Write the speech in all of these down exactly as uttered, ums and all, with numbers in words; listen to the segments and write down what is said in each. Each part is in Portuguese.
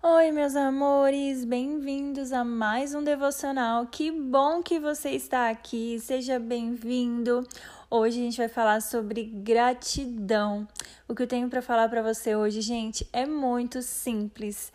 Oi, meus amores, bem-vindos a mais um devocional. Que bom que você está aqui, seja bem-vindo. Hoje a gente vai falar sobre gratidão. O que eu tenho para falar para você hoje, gente, é muito simples.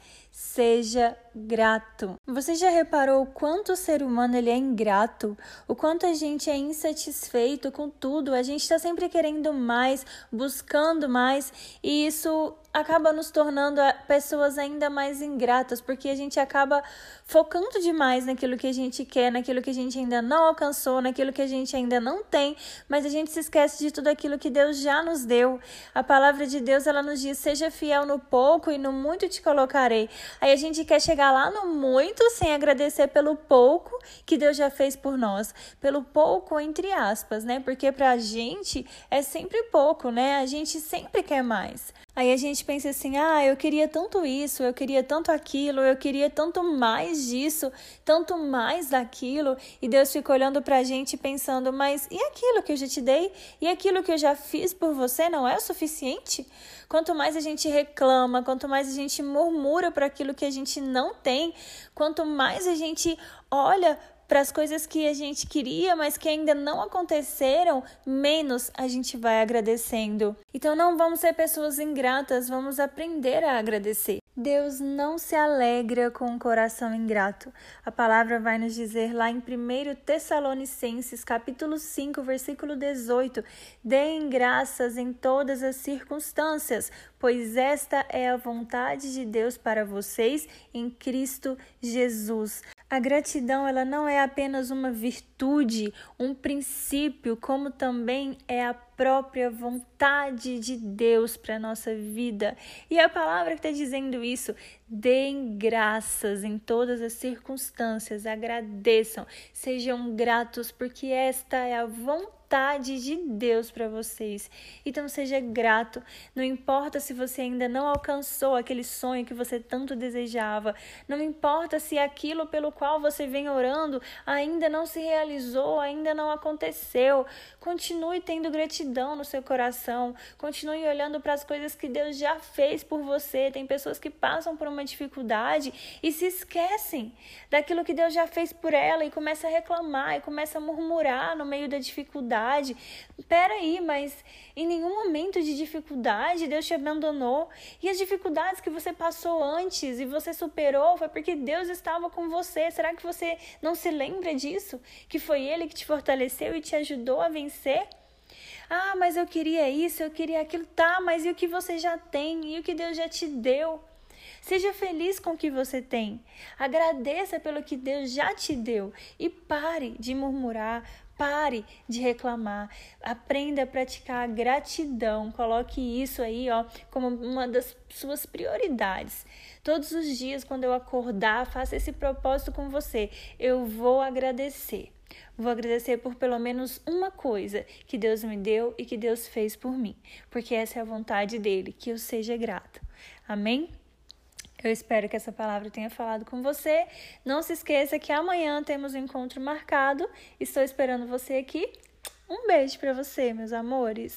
Seja grato. Você já reparou o quanto o ser humano ele é ingrato? O quanto a gente é insatisfeito com tudo? A gente está sempre querendo mais, buscando mais, e isso acaba nos tornando pessoas ainda mais ingratas, porque a gente acaba focando demais naquilo que a gente quer, naquilo que a gente ainda não alcançou, naquilo que a gente ainda não tem, mas a gente se esquece de tudo aquilo que Deus já nos deu. A palavra de Deus, ela nos diz: seja fiel no pouco e no muito te colocarei. Aí a gente quer chegar lá no muito sem agradecer pelo pouco que Deus já fez por nós. Pelo pouco, entre aspas, né? Porque pra gente é sempre pouco, né? A gente sempre quer mais. Aí a gente pensa assim, ah, eu queria tanto isso, eu queria tanto aquilo, eu queria tanto mais disso, tanto mais daquilo. E Deus fica olhando pra gente pensando, mas e aquilo que eu já te dei? E aquilo que eu já fiz por você não é o suficiente? Quanto mais a gente reclama, quanto mais a gente murmura para aquilo que a gente não tem, quanto mais a gente olha para as coisas que a gente queria, mas que ainda não aconteceram, menos a gente vai agradecendo. Então não vamos ser pessoas ingratas, vamos aprender a agradecer. Deus não se alegra com um coração ingrato. A palavra vai nos dizer lá em primeiro Tessalonicenses, capítulo cinco, versículo dezoito: deem graças em todas as circunstâncias, pois esta é a vontade de Deus para vocês em Cristo Jesus. A gratidão, ela não é apenas uma virtude, um princípio, como também é a própria vontade de Deus para a nossa vida. E a palavra que está dizendo isso: deem graças em todas as circunstâncias, agradeçam, sejam gratos, porque esta é a vontade de Deus para vocês. Então seja grato, não importa se você ainda não alcançou aquele sonho que você tanto desejava, não importa se aquilo pelo qual você vem orando ainda não se realizou, ainda não aconteceu, continue tendo gratidão no seu coração, continue olhando para as coisas que Deus já fez por você. Tem pessoas que passam por uma dificuldade e se esquecem daquilo que Deus já fez por ela e começa a reclamar e começa a murmurar no meio da dificuldade. Peraí, mas em nenhum momento de dificuldade Deus te abandonou, e as dificuldades que você passou antes e você superou foi porque Deus estava com você. Será que você não se lembra disso? Que foi Ele que te fortaleceu e te ajudou a vencer? Ah, mas eu queria isso, eu queria aquilo. Tá, mas e o que você já tem? E o que Deus já te deu? Seja feliz com o que você tem. Agradeça pelo que Deus já te deu. E pare de murmurar, pare de reclamar. Aprenda a praticar a gratidão. Coloque isso aí, ó, como uma das suas prioridades. Todos os dias, quando eu acordar, faça esse propósito com você. Eu vou agradecer. Vou agradecer por pelo menos uma coisa que Deus me deu e que Deus fez por mim, porque essa é a vontade dele, que eu seja grata. Amém? Eu espero que essa palavra tenha falado com você. Não se esqueça que amanhã temos um encontro marcado. Estou esperando você aqui. Um beijo para você, meus amores.